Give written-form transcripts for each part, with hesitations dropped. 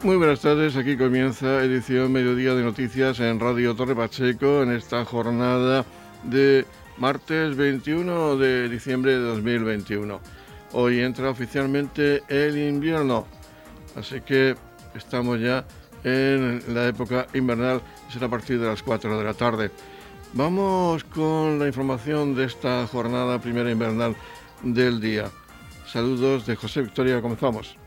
Muy buenas tardes, aquí comienza edición Mediodía de Noticias en Radio Torre Pacheco en esta jornada de martes 21 de diciembre de 2021. Hoy entra oficialmente el invierno, así que estamos ya en la época invernal, será a partir de las 4 de la tarde. Vamos con la información de esta jornada primera invernal del día. Saludos de José Victoria, comenzamos.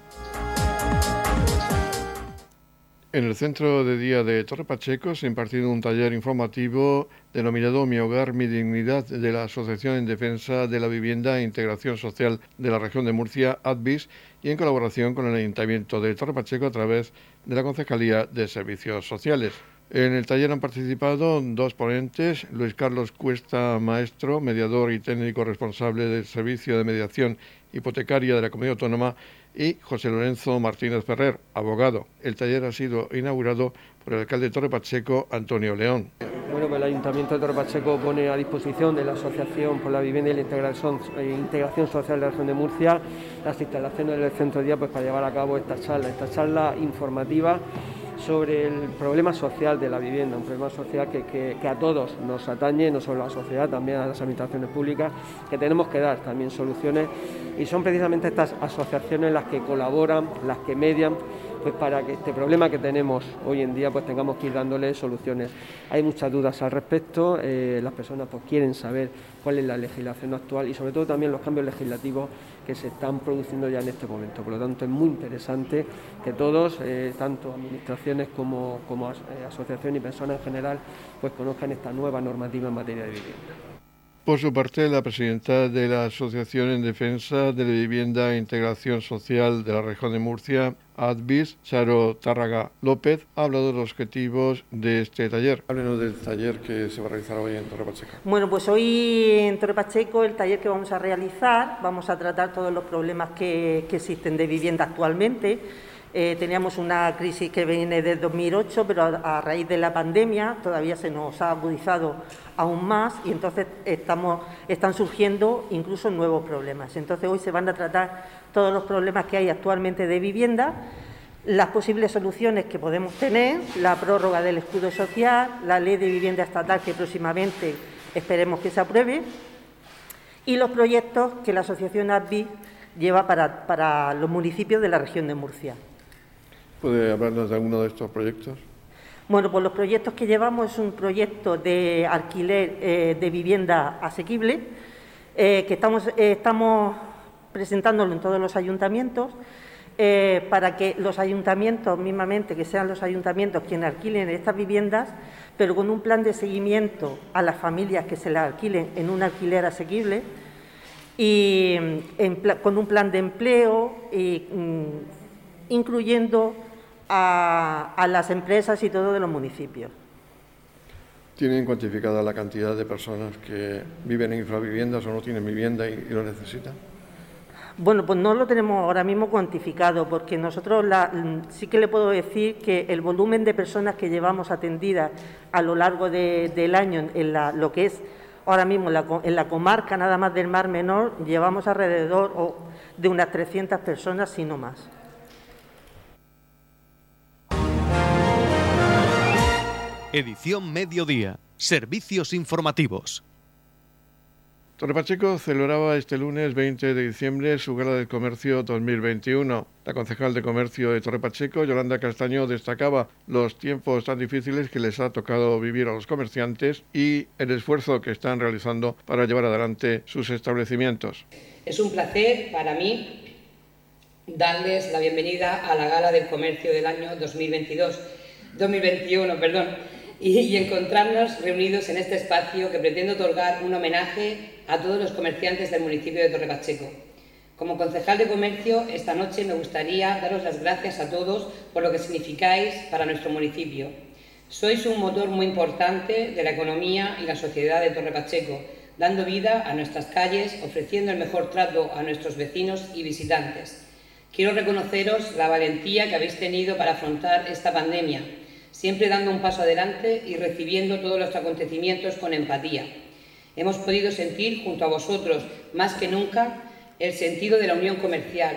En el centro de día de Torre Pacheco se ha impartido un taller informativo denominado Mi Hogar, Mi Dignidad, de la Asociación en Defensa de la Vivienda e Integración Social de la Región de Murcia, ADVIS, y en colaboración con el Ayuntamiento de Torre Pacheco a través de la Concejalía de Servicios Sociales. En el taller han participado dos ponentes: Luis Carlos Cuesta, maestro, mediador y técnico responsable del Servicio de Mediación Hipotecaria de la Comunidad Autónoma, y José Lorenzo Martínez Ferrer, abogado. El taller ha sido inaugurado por el alcalde de Torre Pacheco, Antonio León. Bueno, pues el Ayuntamiento de Torre Pacheco pone a disposición de la Asociación por la Vivienda y la Integración Social de la Región de Murcia las instalaciones del centro de día para llevar a cabo esta charla informativa sobre el problema social de la vivienda, un problema social que a todos nos atañe, no solo a la sociedad, también a las administraciones públicas, que tenemos que dar también soluciones, y son precisamente estas asociaciones las que colaboran, las que median, pues para que este problema que tenemos hoy en día pues tengamos que ir dándole soluciones. Hay muchas dudas al respecto, las personas pues quieren saber cuál es la legislación actual y sobre todo también los cambios legislativos que se están produciendo ya en este momento. Por lo tanto, es muy interesante que todos, tanto administraciones como asociaciones y personas en general, pues conozcan esta nueva normativa en materia de vivienda. Por su parte, la presidenta de la Asociación en Defensa de la Vivienda e Integración Social de la Región de Murcia, ADVIS, Charo Tárraga López, ha hablado de los objetivos de este taller. Háblenos del taller que se va a realizar hoy en Torre Pacheco. Bueno, pues hoy en Torre Pacheco, el taller que vamos a realizar, vamos a tratar todos los problemas que existen de vivienda actualmente. Teníamos una crisis que viene desde 2008, pero a raíz de la pandemia todavía se nos ha agudizado aún más y entonces están surgiendo incluso nuevos problemas. Entonces hoy se van a tratar todos los problemas que hay actualmente de vivienda, las posibles soluciones que podemos tener, la prórroga del escudo social, la ley de vivienda estatal que próximamente esperemos que se apruebe y los proyectos que la asociación ADVIS lleva para los municipios de la región de Murcia. ¿Puede hablarnos de alguno de estos proyectos? Bueno, pues los proyectos que llevamos es un proyecto de alquiler de vivienda asequible que estamos presentándolo en todos los ayuntamientos para que los ayuntamientos mismamente, que sean los ayuntamientos quienes alquilen estas viviendas, pero con un plan de seguimiento a las familias que se las alquilen en un alquiler asequible y con un plan de empleo incluyendo a las empresas y todo de los municipios. ¿Tienen cuantificada la cantidad de personas que viven en infraviviendas o no tienen vivienda y lo necesitan? Bueno, pues no lo tenemos ahora mismo cuantificado, porque nosotros sí que le puedo decir que el volumen de personas que llevamos atendidas a lo largo del año en lo que es ahora mismo en la comarca nada más del Mar Menor, llevamos alrededor de unas 300 personas, si no más. Edición Mediodía. Servicios informativos. Torre Pacheco celebraba este lunes 20 de diciembre su Gala del Comercio 2021. La concejal de Comercio de Torre Pacheco, Yolanda Castaño, destacaba los tiempos tan difíciles que les ha tocado vivir a los comerciantes y el esfuerzo que están realizando para llevar adelante sus establecimientos. Es un placer para mí darles la bienvenida a la Gala del Comercio del año 2021, y encontrarnos reunidos en este espacio que pretende otorgar un homenaje a todos los comerciantes del municipio de Torre Pacheco. Como concejal de Comercio, esta noche me gustaría daros las gracias a todos por lo que significáis para nuestro municipio. Sois un motor muy importante de la economía y la sociedad de Torre Pacheco, dando vida a nuestras calles, ofreciendo el mejor trato a nuestros vecinos y visitantes. Quiero reconoceros la valentía que habéis tenido para afrontar esta pandemia, siempre dando un paso adelante y recibiendo todos los acontecimientos con empatía. Hemos podido sentir junto a vosotros, más que nunca, el sentido de la unión comercial,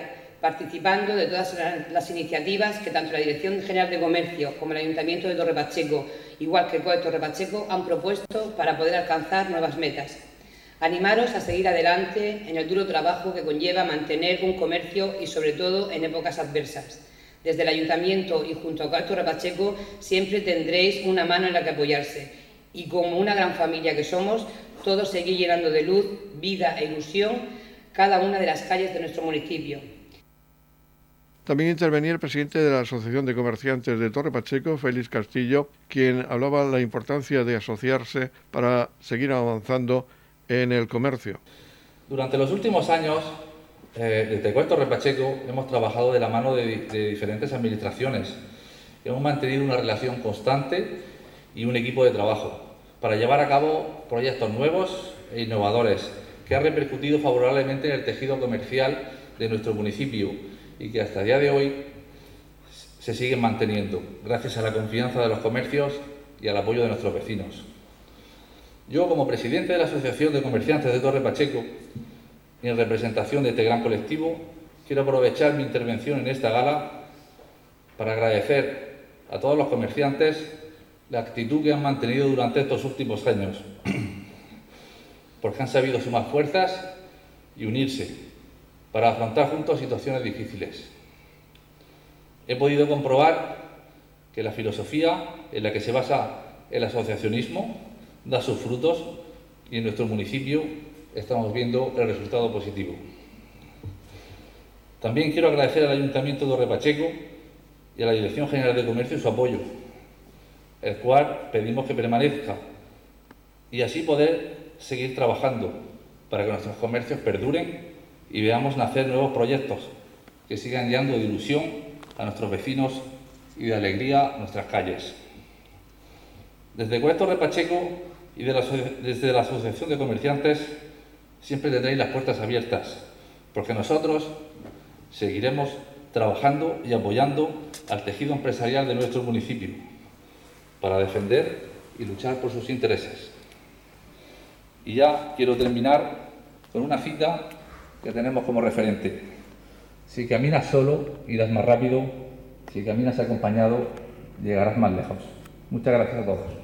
participando de todas las iniciativas que tanto la Dirección General de Comercio como el Ayuntamiento de Torre Pacheco, igual que el COE Torre Pacheco, han propuesto para poder alcanzar nuevas metas. Animaros a seguir adelante en el duro trabajo que conlleva mantener un comercio y, sobre todo, en épocas adversas. Desde el Ayuntamiento y junto a COE Torre Pacheco siempre tendréis una mano en la que apoyarse. Y como una gran familia que somos, todos seguir llenando de luz, vida e ilusión cada una de las calles de nuestro municipio. También intervenía el presidente de la Asociación de Comerciantes de Torre Pacheco, Félix Castillo, quien hablaba de la importancia de asociarse para seguir avanzando en el comercio. Durante los últimos años, desde COE Torre Pacheco hemos trabajado de la mano de diferentes administraciones. Hemos mantenido una relación constante y un equipo de trabajo para llevar a cabo proyectos nuevos e innovadores que han repercutido favorablemente en el tejido comercial de nuestro municipio y que hasta el día de hoy se siguen manteniendo, gracias a la confianza de los comercios y al apoyo de nuestros vecinos. Yo, como presidente de la Asociación de Comerciantes de Torre Pacheco y en representación de este gran colectivo, quiero aprovechar mi intervención en esta gala para agradecer a todos los comerciantes la actitud que han mantenido durante estos últimos años, porque han sabido sumar fuerzas y unirse para afrontar juntos situaciones difíciles. He podido comprobar que la filosofía en la que se basa el asociacionismo da sus frutos y en nuestro municipio estamos viendo el resultado positivo. También quiero agradecer al Ayuntamiento de Torre Pacheco y a la Dirección General de Comercio su apoyo, el cual pedimos que permanezca y así poder seguir trabajando para que nuestros comercios perduren y veamos nacer nuevos proyectos que sigan llenando de ilusión a nuestros vecinos y de alegría nuestras calles. Desde COE Torre Pacheco y desde la Asociación de Comerciantes siempre tendréis las puertas abiertas, porque nosotros seguiremos trabajando y apoyando al tejido empresarial de nuestro municipio para defender y luchar por sus intereses. Y ya quiero terminar con una cita que tenemos como referente. Si caminas solo, irás más rápido. Si caminas acompañado, llegarás más lejos. Muchas gracias a todos.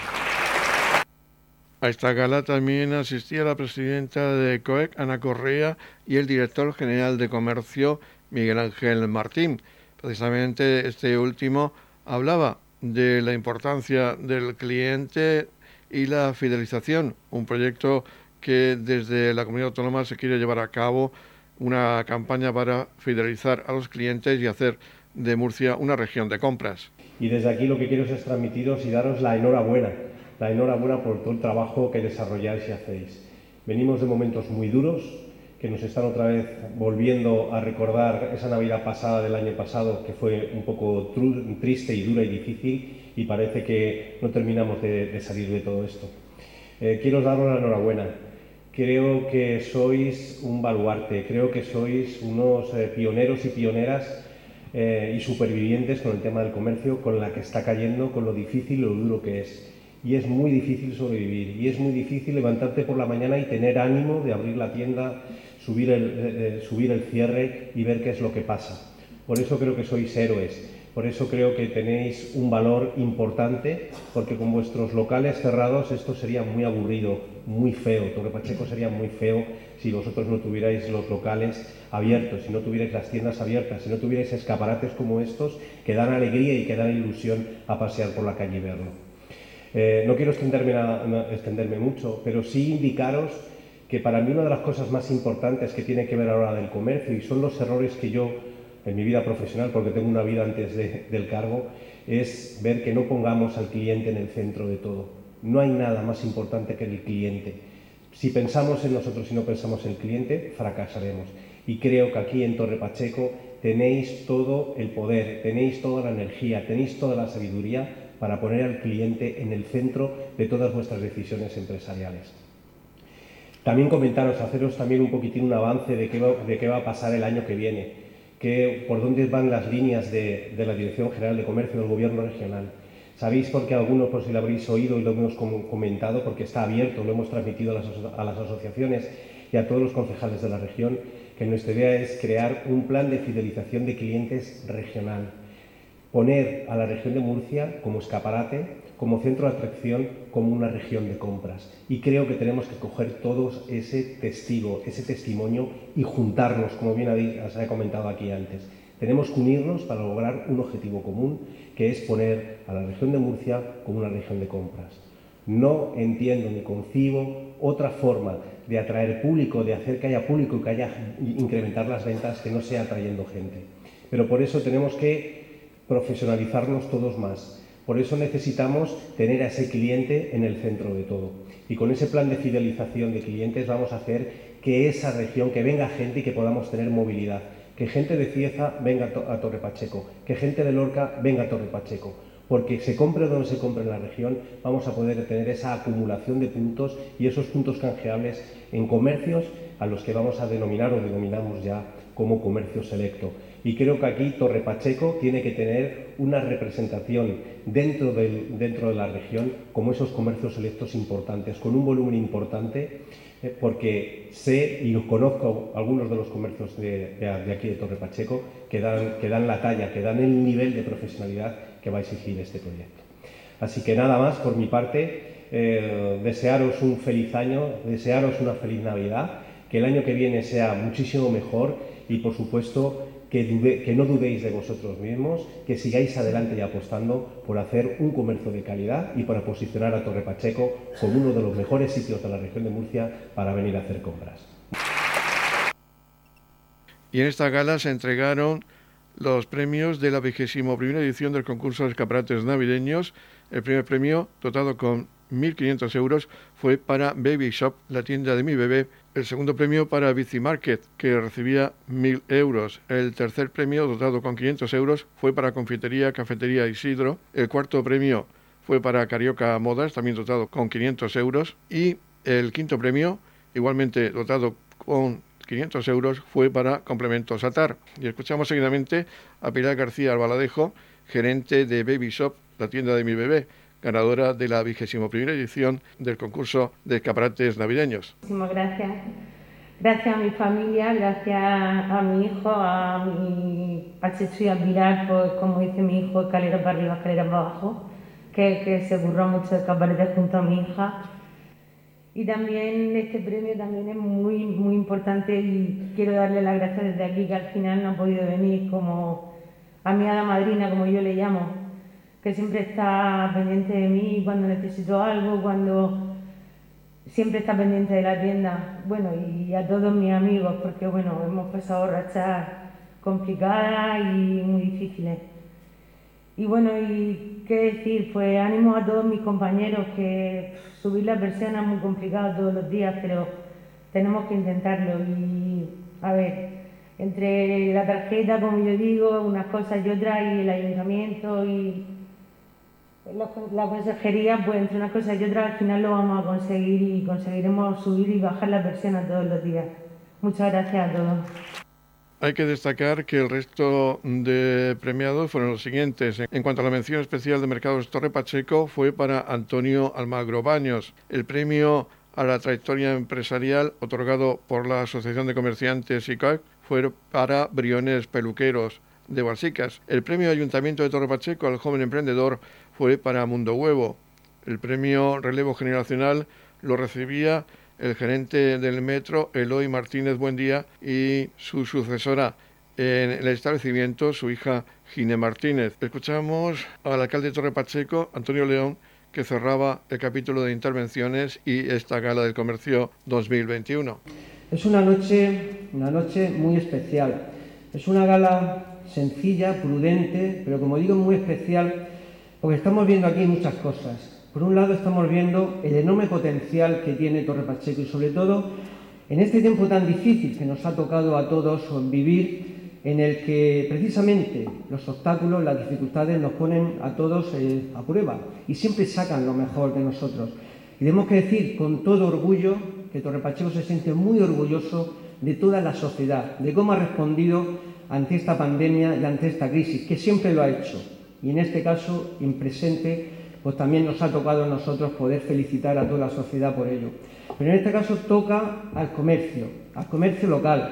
A esta gala también asistía la presidenta de COEC, Ana Correa, y el director general de Comercio, Miguel Ángel Martín. Precisamente este último hablaba de la importancia del cliente y la fidelización, un proyecto que desde la comunidad autónoma se quiere llevar a cabo, una campaña para fidelizar a los clientes y hacer de Murcia una región de compras. Y desde aquí lo que quiero es transmitiros y daros la enhorabuena por todo el trabajo que desarrolláis y hacéis. Venimos de momentos muy duros que nos están otra vez volviendo a recordar esa Navidad pasada del año pasado, que fue un poco triste y dura y difícil, y parece que no terminamos de salir de todo esto. Quiero daros la enhorabuena. Creo que sois un baluarte, creo que sois unos pioneros y pioneras y supervivientes con el tema del comercio, con la que está cayendo, con lo difícil y lo duro que es. Y es muy difícil sobrevivir, y es muy difícil levantarte por la mañana y tener ánimo de abrir la tienda, subir el cierre y ver qué es lo que pasa. Por eso creo que sois héroes. Por eso creo que tenéis un valor importante, porque con vuestros locales cerrados esto sería muy aburrido, muy feo. Torre Pacheco sería muy feo si vosotros no tuvierais los locales abiertos, si no tuvierais las tiendas abiertas, si no tuvierais escaparates como estos que dan alegría y que dan ilusión a pasear por la calle y verlo. No quiero extenderme mucho, pero sí indicaros que para mí una de las cosas más importantes que tiene que ver ahora del comercio, y son los errores que yo en mi vida profesional, porque tengo una vida antes del cargo, es ver que no pongamos al cliente en el centro de todo. No hay nada más importante que el cliente. Si pensamos en nosotros y no pensamos en el cliente, fracasaremos. Y creo que aquí en Torre Pacheco tenéis todo el poder, tenéis toda la energía, tenéis toda la sabiduría para poner al cliente en el centro de todas vuestras decisiones empresariales. También comentaros, haceros también un poquitín un avance de qué va a pasar el año que viene. Por dónde van las líneas de la Dirección General de Comercio del Gobierno Regional. Sabéis, porque algunos si lo habréis oído y lo hemos comentado, porque está abierto, lo hemos transmitido a las asociaciones y a todos los concejales de la región, que nuestra idea es crear un plan de fidelización de clientes regional, poner a la región de Murcia como escaparate, como centro de atracción, como una región de compras. Y creo que tenemos que coger todos ese testimonio y juntarnos, como bien se ha comentado aquí antes. Tenemos que unirnos para lograr un objetivo común, que es poner a la región de Murcia como una región de compras. No entiendo ni concibo otra forma de atraer público, de hacer que haya público y que haya incrementar las ventas que no sea atrayendo gente. Pero por eso tenemos que profesionalizarnos todos más. Por eso necesitamos tener a ese cliente en el centro de todo. Y con ese plan de fidelización de clientes vamos a hacer que esa región, que venga gente y que podamos tener movilidad. Que gente de Cieza venga a Torre Pacheco, que gente de Lorca venga a Torre Pacheco. Porque se compre o no se compre en la región, vamos a poder tener esa acumulación de puntos y esos puntos canjeables en comercios a los que vamos a denominar o denominamos ya como comercio selecto. Y creo que aquí Torre Pacheco tiene que tener una representación dentro de la región como esos comercios selectos importantes, con un volumen importante, porque sé y conozco algunos de los comercios de aquí de Torre Pacheco que dan la talla, que dan el nivel de profesionalidad que va a exigir este proyecto. Así que nada más por mi parte, desearos un feliz año, desearos una feliz Navidad, que el año que viene sea muchísimo mejor y por supuesto que no dudéis de vosotros mismos, que sigáis adelante y apostando por hacer un comercio de calidad y para posicionar a Torre Pacheco como uno de los mejores sitios de la región de Murcia para venir a hacer compras. Y en esta gala se entregaron los premios de la 21ª edición del concurso de escaparates navideños. El primer premio, dotado con 1.500 euros, fue para Baby Shop, la tienda de mi bebé. El segundo premio para Bici Market, que recibía 1.000 euros. El tercer premio, dotado con 500 euros, fue para Confitería Cafetería Isidro. El cuarto premio fue para Carioca Modas, también dotado con 500 euros. Y el quinto premio, igualmente dotado con 500 euros, fue para Complementos Atar. Y escuchamos seguidamente a Pilar García Albaladejo, gerente de Baby Shop, la tienda de mi bebé, ganadora de la 21ª edición del concurso de escaparates navideños. Muchísimas gracias. Gracias a mi familia, gracias a mi hijo, a Chechu y a Pilar, pues como dice mi hijo, escalera para arriba, escalera para abajo, que se curró mucho de escaparates junto a mi hija. Y también este premio también es muy, muy importante y quiero darle las gracias desde aquí, que al final no ha podido venir, como a mi hada madrina, como yo le llamo, que siempre está pendiente de mí cuando necesito algo, cuando siempre está pendiente de la tienda. Bueno, y a todos mis amigos, porque bueno, hemos pasado rachas complicadas y muy difíciles. Y bueno, y qué decir, pues ánimo a todos mis compañeros, que subir la persiana es muy complicado todos los días, pero tenemos que intentarlo. Y a ver, entre la tarjeta, como yo digo, unas cosas y otras, y el ayuntamiento y la consejería, pues entre unas cosas y otras al final lo vamos a conseguir y conseguiremos subir y bajar la persiana todos los días. Muchas gracias a todos. Hay que destacar que el resto de premiados fueron los siguientes. En cuanto a la mención especial de Mercados Torre Pacheco, fue para Antonio Almagro Baños. El premio a la trayectoria empresarial otorgado por la Asociación de Comerciantes ICAC fue para Briones Peluqueros de Balsicas. El premio Ayuntamiento de Torre Pacheco al joven emprendedor fue para Mundo Huevo. El premio Relevo Generacional lo recibía el gerente del metro, Eloy Martínez Buendía, y su sucesora en el establecimiento, su hija Gine Martínez. Escuchamos al alcalde de Torre Pacheco, Antonio León, que cerraba el capítulo de intervenciones y esta gala del comercio 2021. Es una noche muy especial. Es una gala sencilla, prudente, pero como digo, muy especial, porque estamos viendo aquí muchas cosas. Por un lado, estamos viendo el enorme potencial que tiene Torre Pacheco y, sobre todo, en este tiempo tan difícil que nos ha tocado a todos vivir, en el que precisamente los obstáculos, las dificultades nos ponen a todos a prueba y siempre sacan lo mejor de nosotros. Y tenemos que decir con todo orgullo que Torre Pacheco se siente muy orgulloso de toda la sociedad, de cómo ha respondido ante esta pandemia y ante esta crisis, que siempre lo ha hecho. Y en este caso, en presente, pues también nos ha tocado a nosotros poder felicitar a toda la sociedad por ello. Pero en este caso toca al comercio local,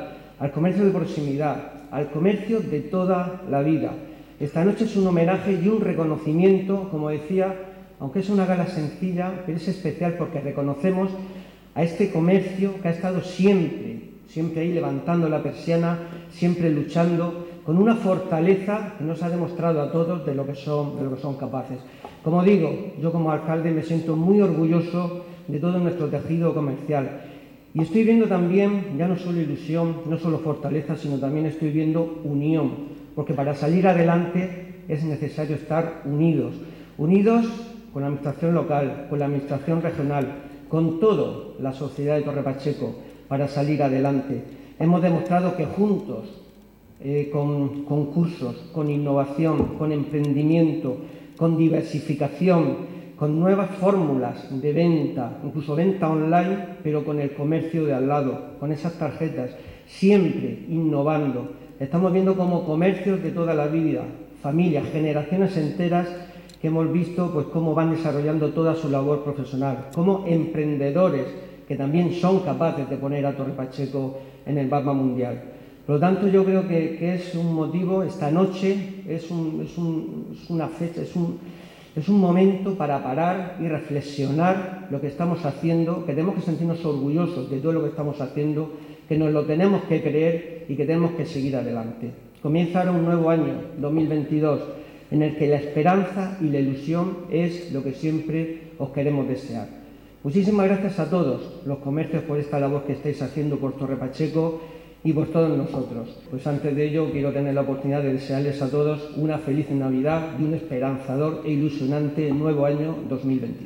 al comercio de proximidad, al comercio de toda la vida. Esta noche es un homenaje y un reconocimiento, como decía, aunque es una gala sencilla, pero es especial porque reconocemos a este comercio que ha estado siempre ahí levantando la persiana, siempre luchando, con una fortaleza que nos ha demostrado a todos de lo que son capaces. Como digo, yo como alcalde me siento muy orgulloso de todo nuestro tejido comercial. Y estoy viendo también, ya no solo ilusión, no solo fortaleza, sino también estoy viendo unión, porque para salir adelante es necesario estar unidos con la administración local, con la administración regional, con toda la sociedad de Torre Pacheco, para salir adelante. Hemos demostrado que juntos, con concursos, con innovación, con emprendimiento, con diversificación, con nuevas fórmulas de venta, incluso venta online, pero con el comercio de al lado, con esas tarjetas, siempre innovando. Estamos viendo como comercios de toda la vida, familias, generaciones enteras, que hemos visto pues cómo van desarrollando toda su labor profesional, como emprendedores que también son capaces de poner a Torre Pacheco en el mapa mundial. Por lo tanto, yo creo que es un motivo, esta noche es una fecha, es un momento para parar y reflexionar lo que estamos haciendo, que tenemos que sentirnos orgullosos de todo lo que estamos haciendo, que nos lo tenemos que creer y que tenemos que seguir adelante. Comienza ahora un nuevo año, 2022, en el que la esperanza y la ilusión es lo que siempre os queremos desear. Muchísimas gracias a todos los comercios por esta labor que estáis haciendo por Torre Pacheco y por todos nosotros. Pues antes de ello quiero tener la oportunidad de desearles a todos una feliz Navidad y un esperanzador e ilusionante nuevo año 2022.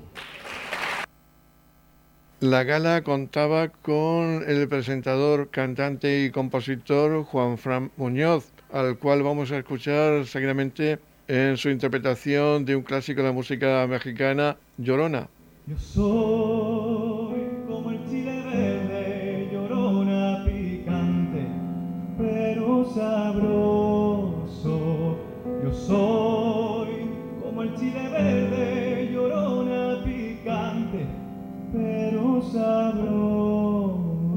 La gala contaba con el presentador, cantante y compositor Juan Fran Muñoz, al cual vamos a escuchar seguidamente en su interpretación de un clásico de la música mexicana, Llorona. Yo soy como el chile verde, llorona picante, pero sabroso. Yo soy como el chile verde, llorona picante, pero sabroso.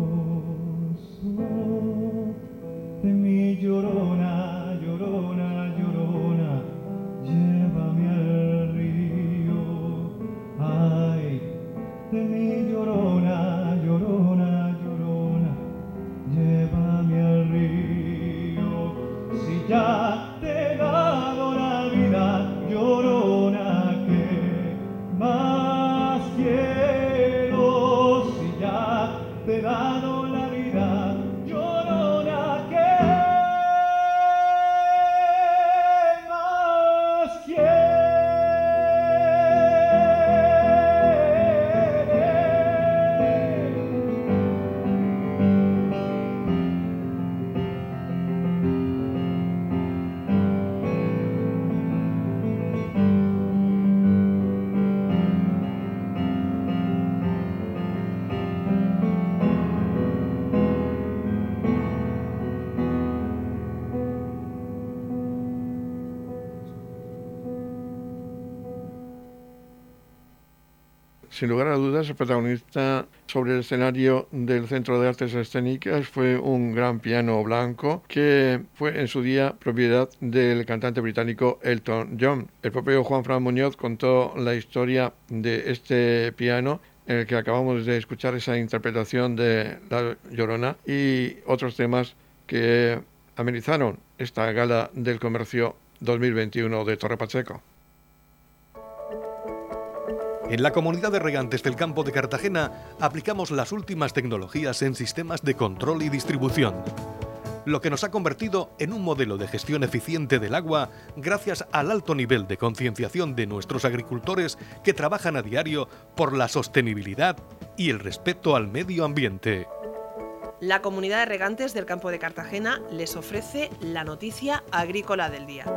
De mi llorona, llorona, llorona, llévame al río. Ay, de mi llorona, llorona, llorona, llévame al río. Si ya te he dado la vida, llorona, ¿qué más quiero? Si ya te he dado la vida, llorona, ¿qué más quiero? Sin lugar a dudas, el protagonista sobre el escenario del Centro de Artes Escénicas fue un gran piano blanco que fue en su día propiedad del cantante británico Elton John. El propio Juan Fran Muñoz contó la historia de este piano en el que acabamos de escuchar esa interpretación de La Llorona y otros temas que amenizaron esta gala del comercio 2021 de Torre Pacheco. En la Comunidad de Regantes del Campo de Cartagena aplicamos las últimas tecnologías en sistemas de control y distribución, lo que nos ha convertido en un modelo de gestión eficiente del agua gracias al alto nivel de concienciación de nuestros agricultores que trabajan a diario por la sostenibilidad y el respeto al medio ambiente. La Comunidad de Regantes del Campo de Cartagena les ofrece la noticia agrícola del día.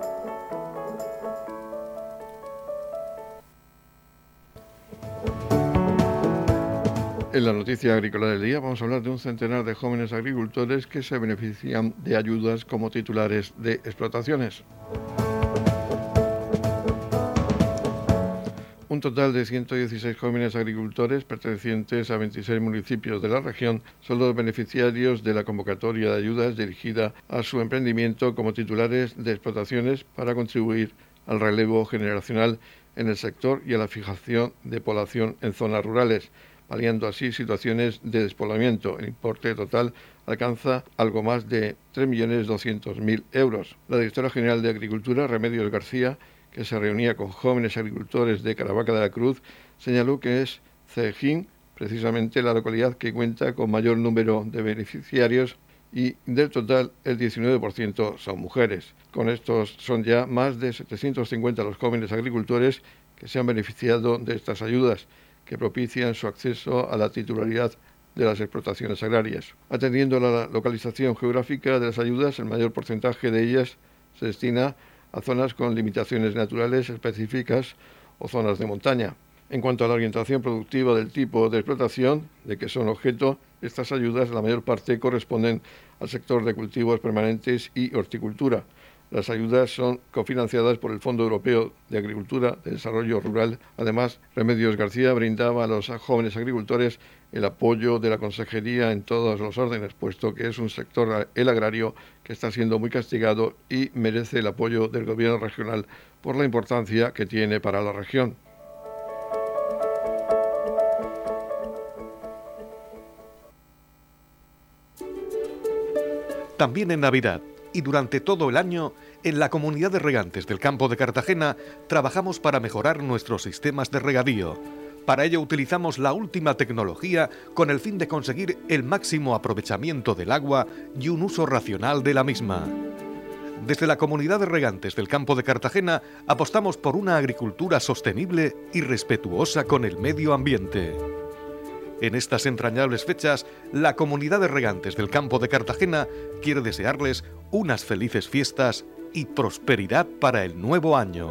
En la noticia agrícola del día vamos a hablar de un centenar de jóvenes agricultores que se benefician de ayudas como titulares de explotaciones. Un total de 116 jóvenes agricultores pertenecientes a 26 municipios de la región son los beneficiarios de la convocatoria de ayudas dirigida a su emprendimiento como titulares de explotaciones para contribuir al relevo generacional en el sector y a la fijación de población en zonas rurales, paliando así situaciones de despoblamiento. El importe total alcanza algo más de 3.200.000 euros. La directora general de Agricultura, Remedios García, que se reunía con jóvenes agricultores de Caravaca de la Cruz, señaló que es Cejín, precisamente la localidad que cuenta con mayor número de beneficiarios, y del total el 19% son mujeres. Con estos son ya más de 750 los jóvenes agricultores que se han beneficiado de estas ayudas, que propician su acceso a la titularidad de las explotaciones agrarias. Atendiendo a la localización geográfica de las ayudas, el mayor porcentaje de ellas se destina a zonas con limitaciones naturales específicas o zonas de montaña. En cuanto a la orientación productiva del tipo de explotación de que son objeto, estas ayudas, la mayor parte corresponden al sector de cultivos permanentes y horticultura. Las ayudas son cofinanciadas por el Fondo Europeo de Agricultura de Desarrollo Rural. Además, Remedios García brindaba a los jóvenes agricultores el apoyo de la Consejería en todos los órdenes, puesto que es un sector, el agrario, que está siendo muy castigado y merece el apoyo del Gobierno regional por la importancia que tiene para la región. También en Navidad y durante todo el año, en la Comunidad de Regantes del Campo de Cartagena trabajamos para mejorar nuestros sistemas de regadío. Para ello utilizamos la última tecnología con el fin de conseguir el máximo aprovechamiento del agua y un uso racional de la misma. Desde la Comunidad de Regantes del Campo de Cartagena apostamos por una agricultura sostenible y respetuosa con el medio ambiente. En estas entrañables fechas, la Comunidad de Regantes del Campo de Cartagena quiere desearles unas felices fiestas y prosperidad para el nuevo año.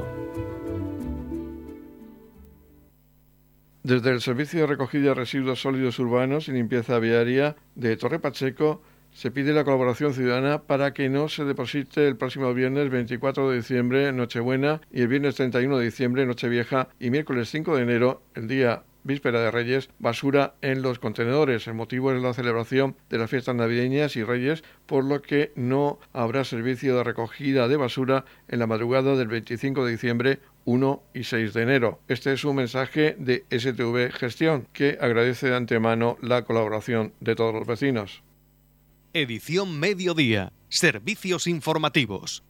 Desde el Servicio de Recogida de Residuos Sólidos Urbanos y Limpieza Viaria de Torre Pacheco se pide la colaboración ciudadana para que no se deposite el próximo viernes 24 de diciembre, Nochebuena, y el viernes 31 de diciembre, Nochevieja, y miércoles 5 de enero, el día víspera de Reyes, basura en los contenedores. El motivo es la celebración de las fiestas navideñas y Reyes, por lo que no habrá servicio de recogida de basura en la madrugada del 25 de diciembre, 1 y 6 de enero. Este es un mensaje de STV Gestión, que agradece de antemano la colaboración de todos los vecinos. Edición Mediodía. Servicios informativos.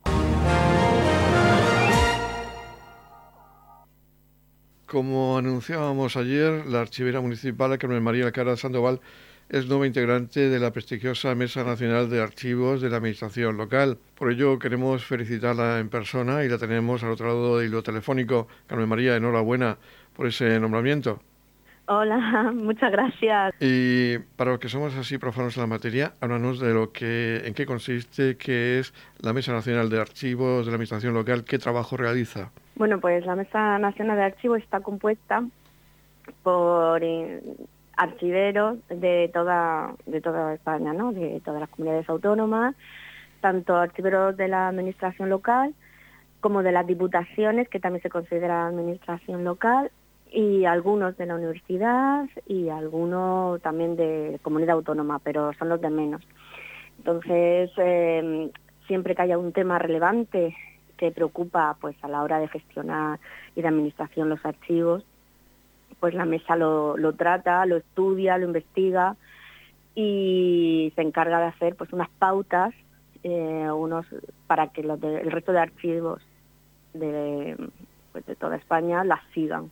Como anunciábamos ayer, la archivera municipal Carmen María Alcaraz Sandoval es nueva integrante de la prestigiosa Mesa Nacional de Archivos de la Administración Local. Por ello queremos felicitarla en persona y la tenemos al otro lado del hilo telefónico. Carmen María, enhorabuena por ese nombramiento. Hola, muchas gracias. Y para los que somos así profanos en la materia, háblanos de en qué consiste, qué es la Mesa Nacional de Archivos de la Administración Local, qué trabajo realiza. Bueno, pues la Mesa Nacional de Archivos está compuesta por archiveros de toda España, ¿no? De todas las comunidades autónomas, tanto archiveros de la Administración Local como de las diputaciones, que también se considera Administración Local, y algunos de la universidad y algunos también de comunidad autónoma, pero son los de menos. Entonces, siempre que haya un tema relevante que preocupa pues a la hora de gestionar y de administración los archivos, pues la mesa lo trata, lo estudia, lo investiga y se encarga de hacer pues unas pautas para que el resto de archivos de toda España las sigan.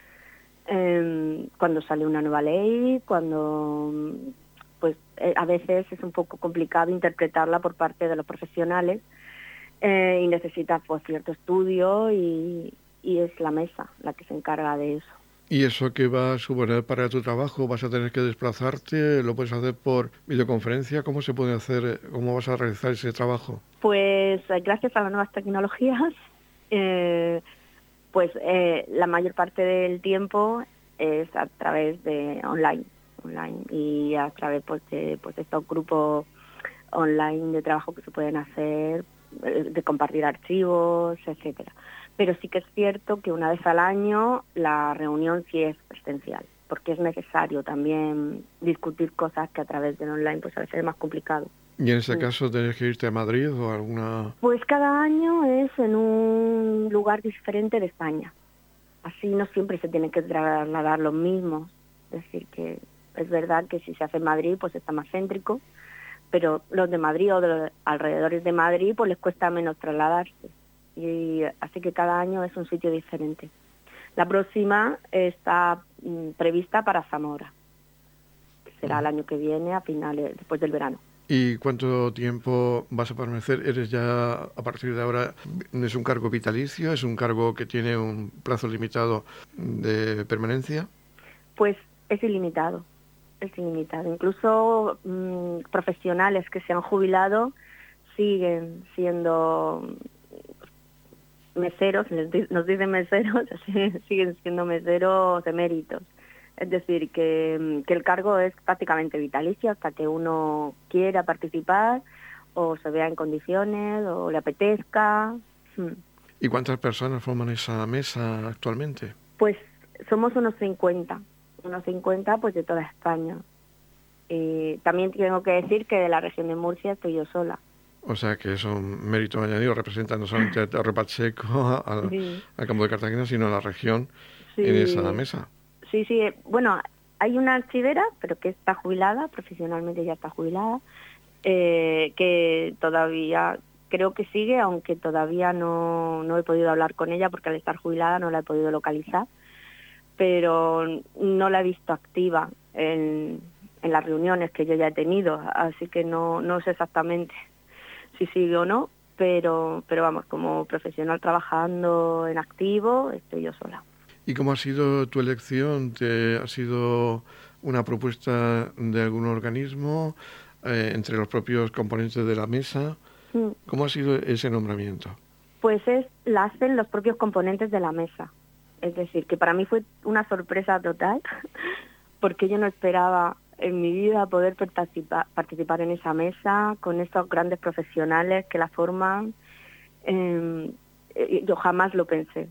Cuando sale una nueva ley, cuando pues a veces es un poco complicado interpretarla por parte de los profesionales y necesita pues cierto estudio y es la mesa la que se encarga de eso. ¿Y eso qué va a suponer para tu trabajo? ¿Vas a tener que desplazarte? ¿Lo puedes hacer por videoconferencia? ¿Cómo se puede hacer? ¿Cómo vas a realizar ese trabajo? Pues gracias a las nuevas tecnologías, la mayor parte del tiempo es a través de online y a través de estos grupos online de trabajo que se pueden hacer, de compartir archivos, etcétera. pero sí que es cierto que una vez al año la reunión sí es presencial, porque es necesario también discutir cosas que a través del online pues a veces es más complicado. ¿Y en ese caso tenés que irte a Madrid o alguna...? Pues cada año es en un lugar diferente de España. Así no siempre se tienen que trasladar los mismos. Es decir, que es verdad que si se hace en Madrid pues está más céntrico, pero los de Madrid o de los alrededores de Madrid pues les cuesta menos trasladarse. Y así que cada año es un sitio diferente. La próxima está prevista para Zamora, que será el año que viene, a finales, después del verano. ¿Y cuánto tiempo vas a permanecer? ¿Eres ya, a partir de ahora, es un cargo vitalicio? ¿Es un cargo que tiene un plazo limitado de permanencia? Pues es ilimitado, es ilimitado. Incluso profesionales que se han jubilado siguen siendo meseros, nos dicen meseros, siguen siendo meseros eméritos. Es decir, que el cargo es prácticamente vitalicio hasta que uno quiera participar o se vea en condiciones o le apetezca. ¿Y cuántas personas forman esa mesa actualmente? Pues somos unos 50 pues de toda España. También tengo que decir que de la región de Murcia estoy yo sola. O sea que es un mérito añadido, representa no solamente a Torre Pacheco, al campo de Cartagena, sino a la región en esa mesa. Sí, bueno, hay una archivera, pero que está jubilada, profesionalmente ya está jubilada, que todavía creo que sigue, aunque todavía no he podido hablar con ella porque al estar jubilada no la he podido localizar, pero no la he visto activa en las reuniones que yo ya he tenido, así que no sé exactamente si sigue o no, pero vamos, como profesional trabajando en activo, estoy yo sola. ¿Y cómo ha sido tu elección? ¿Ha sido una propuesta de algún organismo entre los propios componentes de la mesa? ¿Cómo ha sido ese nombramiento? Pues la hacen los propios componentes de la mesa. Es decir, que para mí fue una sorpresa total, porque yo no esperaba en mi vida poder participar en esa mesa con estos grandes profesionales que la forman. Yo jamás lo pensé.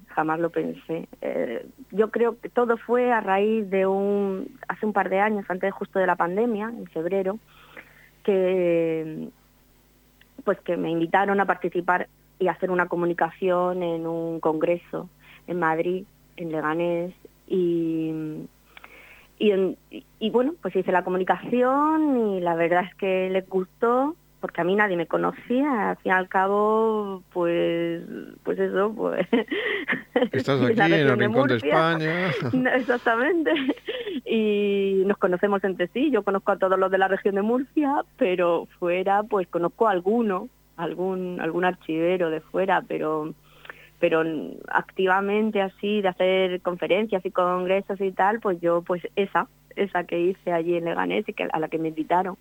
Yo creo que todo fue a raíz de hace un par de años, antes justo de la pandemia, en febrero, que me invitaron a participar y hacer una comunicación en un congreso en Madrid, en Leganés, y bueno, pues hice la comunicación y la verdad es que les gustó, porque a mí nadie me conocía, al fin y al cabo, pues eso, pues... Estás aquí en el rincón de España. Exactamente, y nos conocemos entre sí, yo conozco a todos los de la región de Murcia, pero fuera, pues conozco a algún archivero de fuera, pero activamente así, de hacer conferencias y congresos y tal, pues yo, pues esa que hice allí en Leganés y a la que me invitaron.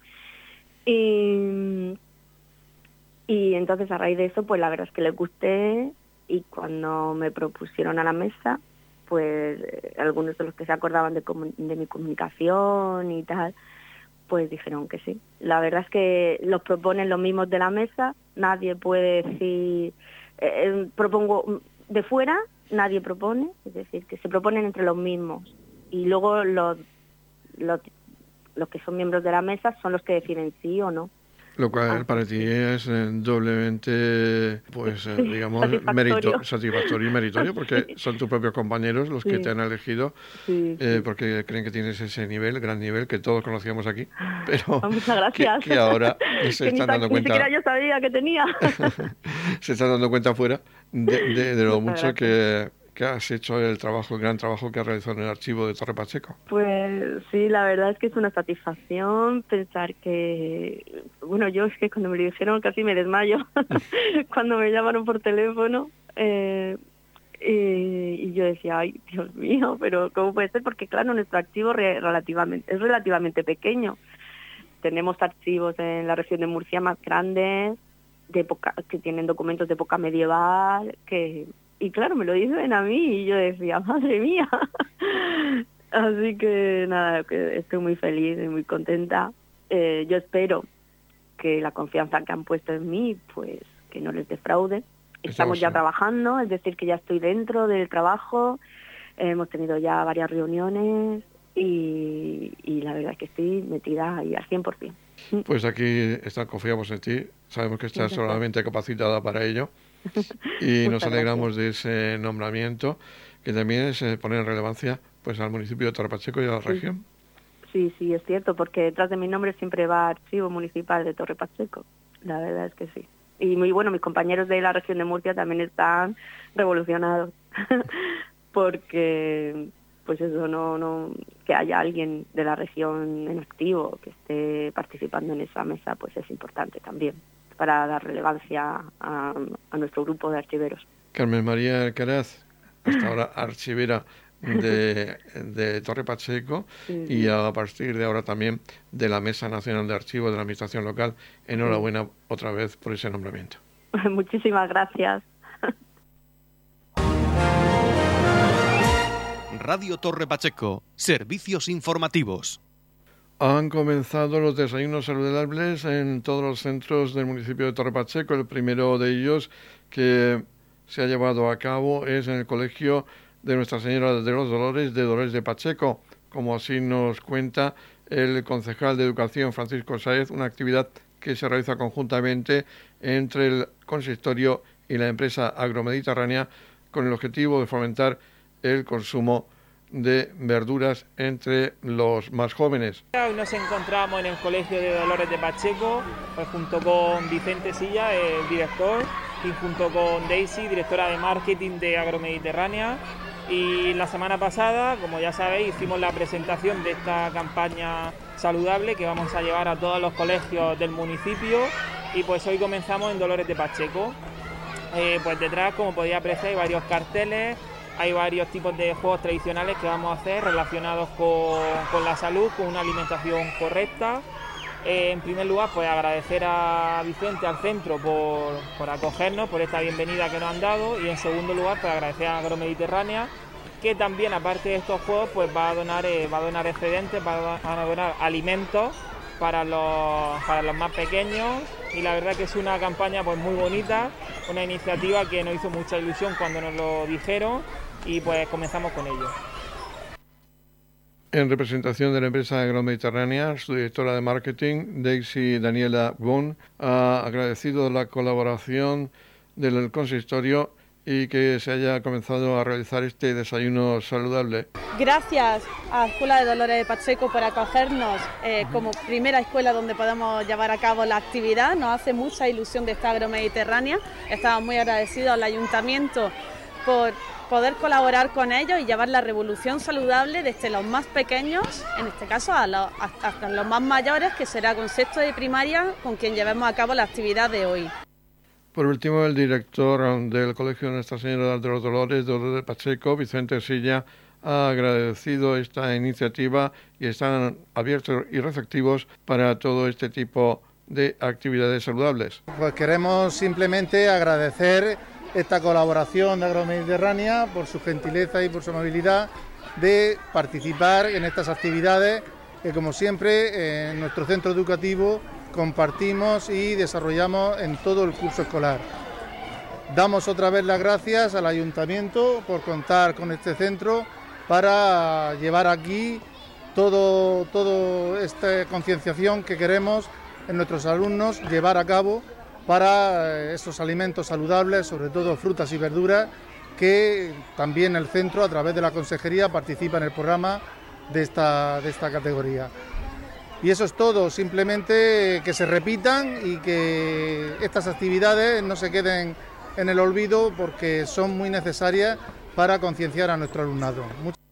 Y entonces a raíz de eso, pues la verdad es que les gusté, y cuando me propusieron a la mesa, pues algunos de los que se acordaban de mi comunicación y tal, pues dijeron que sí. La verdad es que los proponen los mismos de la mesa, nadie puede decir, propongo de fuera, nadie propone, es decir, que se proponen entre los mismos, y luego los que son miembros de la mesa son los que deciden sí o no. Lo cual para ti es doblemente, pues digamos, satisfactorio y meritorio, porque son tus propios compañeros los que te han elegido, porque creen que tienes ese nivel, gran nivel, que todos conocíamos aquí, pero muchas gracias. Que ahora se están dando cuenta. Ni siquiera yo sabía que tenía. Se están dando cuenta afuera de lo mucho que has hecho el gran trabajo que has realizado en el archivo de Torre Pacheco. Pues sí, la verdad es que es una satisfacción pensar que... Bueno, yo es que cuando me lo dijeron casi me desmayo cuando me llamaron por teléfono, y yo decía, ay, Dios mío, pero ¿cómo puede ser? Porque claro, nuestro archivo es relativamente pequeño. Tenemos archivos en la región de Murcia más grandes, que tienen documentos de época medieval, y claro, me lo dicen a mí y yo decía, madre mía. Así que nada, que estoy muy feliz y muy contenta. Yo espero que la confianza que han puesto en mí, pues que no les defraude. Estamos ya trabajando, es decir, que ya estoy dentro del trabajo, hemos tenido ya varias reuniones y la verdad es que estoy metida ahí al 100%. Pues aquí confiamos en ti, sabemos que estás solamente capacitada para ello y nos alegramos de ese nombramiento, que también es poner en relevancia pues al municipio de Torre Pacheco y a la región. Sí, es cierto, porque detrás de mi nombre siempre va Archivo Municipal de Torre Pacheco, la verdad es que sí. Y muy bueno, mis compañeros de la región de Murcia también están revolucionados, porque pues eso, no que haya alguien de la región en activo que esté participando en esa mesa, pues es importante también para dar relevancia a nuestro grupo de archiveros. Carmen María Alcaraz, hasta ahora archivera de Torre Pacheco y a partir de ahora también de la Mesa Nacional de Archivos de la Administración Local. Enhorabuena otra vez por ese nombramiento. Muchísimas gracias. Radio Torre Pacheco, servicios informativos. Han comenzado los desayunos saludables en todos los centros del municipio de Torre Pacheco. El primero de ellos que se ha llevado a cabo es en el Colegio de Nuestra Señora de los Dolores de Dolores de Pacheco, como así nos cuenta el concejal de Educación, Francisco Sáez, una actividad que se realiza conjuntamente entre el consistorio y la empresa agromediterránea con el objetivo de fomentar el consumo de verduras entre los más jóvenes. Hoy nos encontramos en el Colegio de Dolores de Pacheco, pues junto con Vicente Silla, el director, y junto con Daisy, directora de marketing de Agromediterránea. Y la semana pasada, como ya sabéis, hicimos la presentación de esta campaña saludable que vamos a llevar a todos los colegios del municipio, y pues hoy comenzamos en Dolores de Pacheco. Pues detrás, como podéis apreciar, hay varios carteles. Hay varios tipos de juegos tradicionales que vamos a hacer relacionados con la salud, con una alimentación correcta. En primer lugar, pues agradecer a Vicente, al centro, por acogernos, por esta bienvenida que nos han dado. Y en segundo lugar, pues agradecer a Agromediterránea, que también, aparte de estos juegos, pues va a donar excedentes, va a donar alimentos para los más pequeños. Y la verdad que es una campaña pues muy bonita, una iniciativa que nos hizo mucha ilusión cuando nos lo dijeron. Y pues comenzamos con ello. En representación de la empresa Agromediterránea, su directora de marketing, Daisy Daniela Gon, ha agradecido la colaboración del consistorio y que se haya comenzado a realizar este desayuno saludable. Gracias a la Escuela de Dolores de Pacheco por acogernos como primera escuela donde podemos llevar a cabo la actividad. Nos hace mucha ilusión de esta Agromediterránea. Estamos muy agradecidos al ayuntamiento por poder colaborar con ellos y llevar la revolución saludable desde los más pequeños, en este caso hasta los más mayores, que será con sexto de primaria con quien llevemos a cabo la actividad de hoy. Por último, el director del Colegio de Nuestra Señora de los Dolores de Pacheco, Vicente Silla, ha agradecido esta iniciativa y están abiertos y receptivos para todo este tipo de actividades saludables. Pues queremos simplemente agradecer esta colaboración de Agromediterránea por su gentileza y por su amabilidad de participar en estas actividades que, como siempre, en nuestro centro educativo compartimos y desarrollamos en todo el curso escolar. Damos otra vez las gracias al ayuntamiento por contar con este centro para llevar aquí toda esta concienciación que queremos en nuestros alumnos llevar a cabo para esos alimentos saludables, sobre todo frutas y verduras, que también el centro, a través de la consejería, participa en el programa de esta categoría. Y eso es todo, simplemente que se repitan y que estas actividades no se queden en el olvido porque son muy necesarias para concienciar a nuestro alumnado.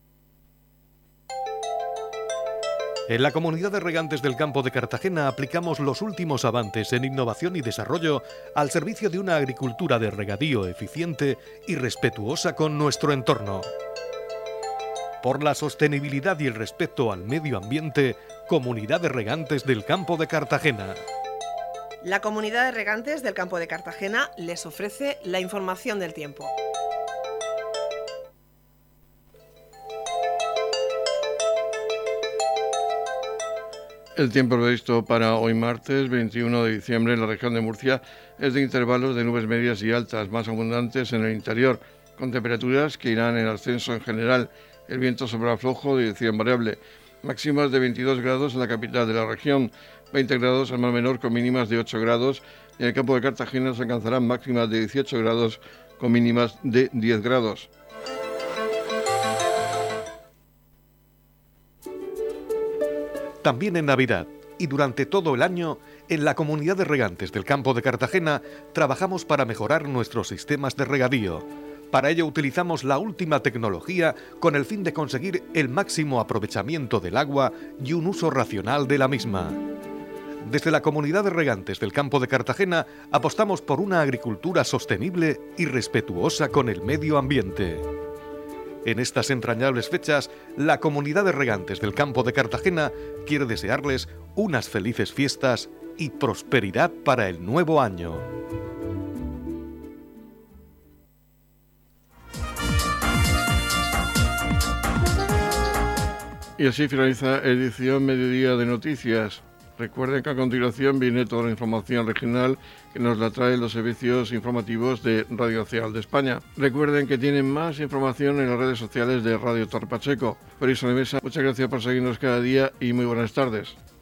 En la Comunidad de Regantes del Campo de Cartagena aplicamos los últimos avances en innovación y desarrollo al servicio de una agricultura de regadío eficiente y respetuosa con nuestro entorno. Por la sostenibilidad y el respeto al medio ambiente, Comunidad de Regantes del Campo de Cartagena. La Comunidad de Regantes del Campo de Cartagena les ofrece la información del tiempo. El tiempo previsto para hoy martes 21 de diciembre en la región de Murcia es de intervalos de nubes medias y altas, más abundantes en el interior, con temperaturas que irán en ascenso en general. El viento soplará flojo de dirección variable. Máximas de 22 grados en la capital de la región, 20 grados en Mar Menor con mínimas de 8 grados y en el campo de Cartagena se alcanzarán máximas de 18 grados con mínimas de 10 grados. También en Navidad y durante todo el año, en la Comunidad de Regantes del Campo de Cartagena trabajamos para mejorar nuestros sistemas de regadío. Para ello utilizamos la última tecnología con el fin de conseguir el máximo aprovechamiento del agua y un uso racional de la misma. Desde la Comunidad de Regantes del Campo de Cartagena apostamos por una agricultura sostenible y respetuosa con el medio ambiente. En estas entrañables fechas, la Comunidad de Regantes del Campo de Cartagena quiere desearles unas felices fiestas y prosperidad para el nuevo año. Y así finaliza edición Mediodía de Noticias. Recuerden que a continuación viene toda la información regional que nos la traen los servicios informativos de Radio Nacional de España. Recuerden que tienen más información en las redes sociales de Radio Torre Pacheco. Por eso, Mesa, muchas gracias por seguirnos cada día y muy buenas tardes.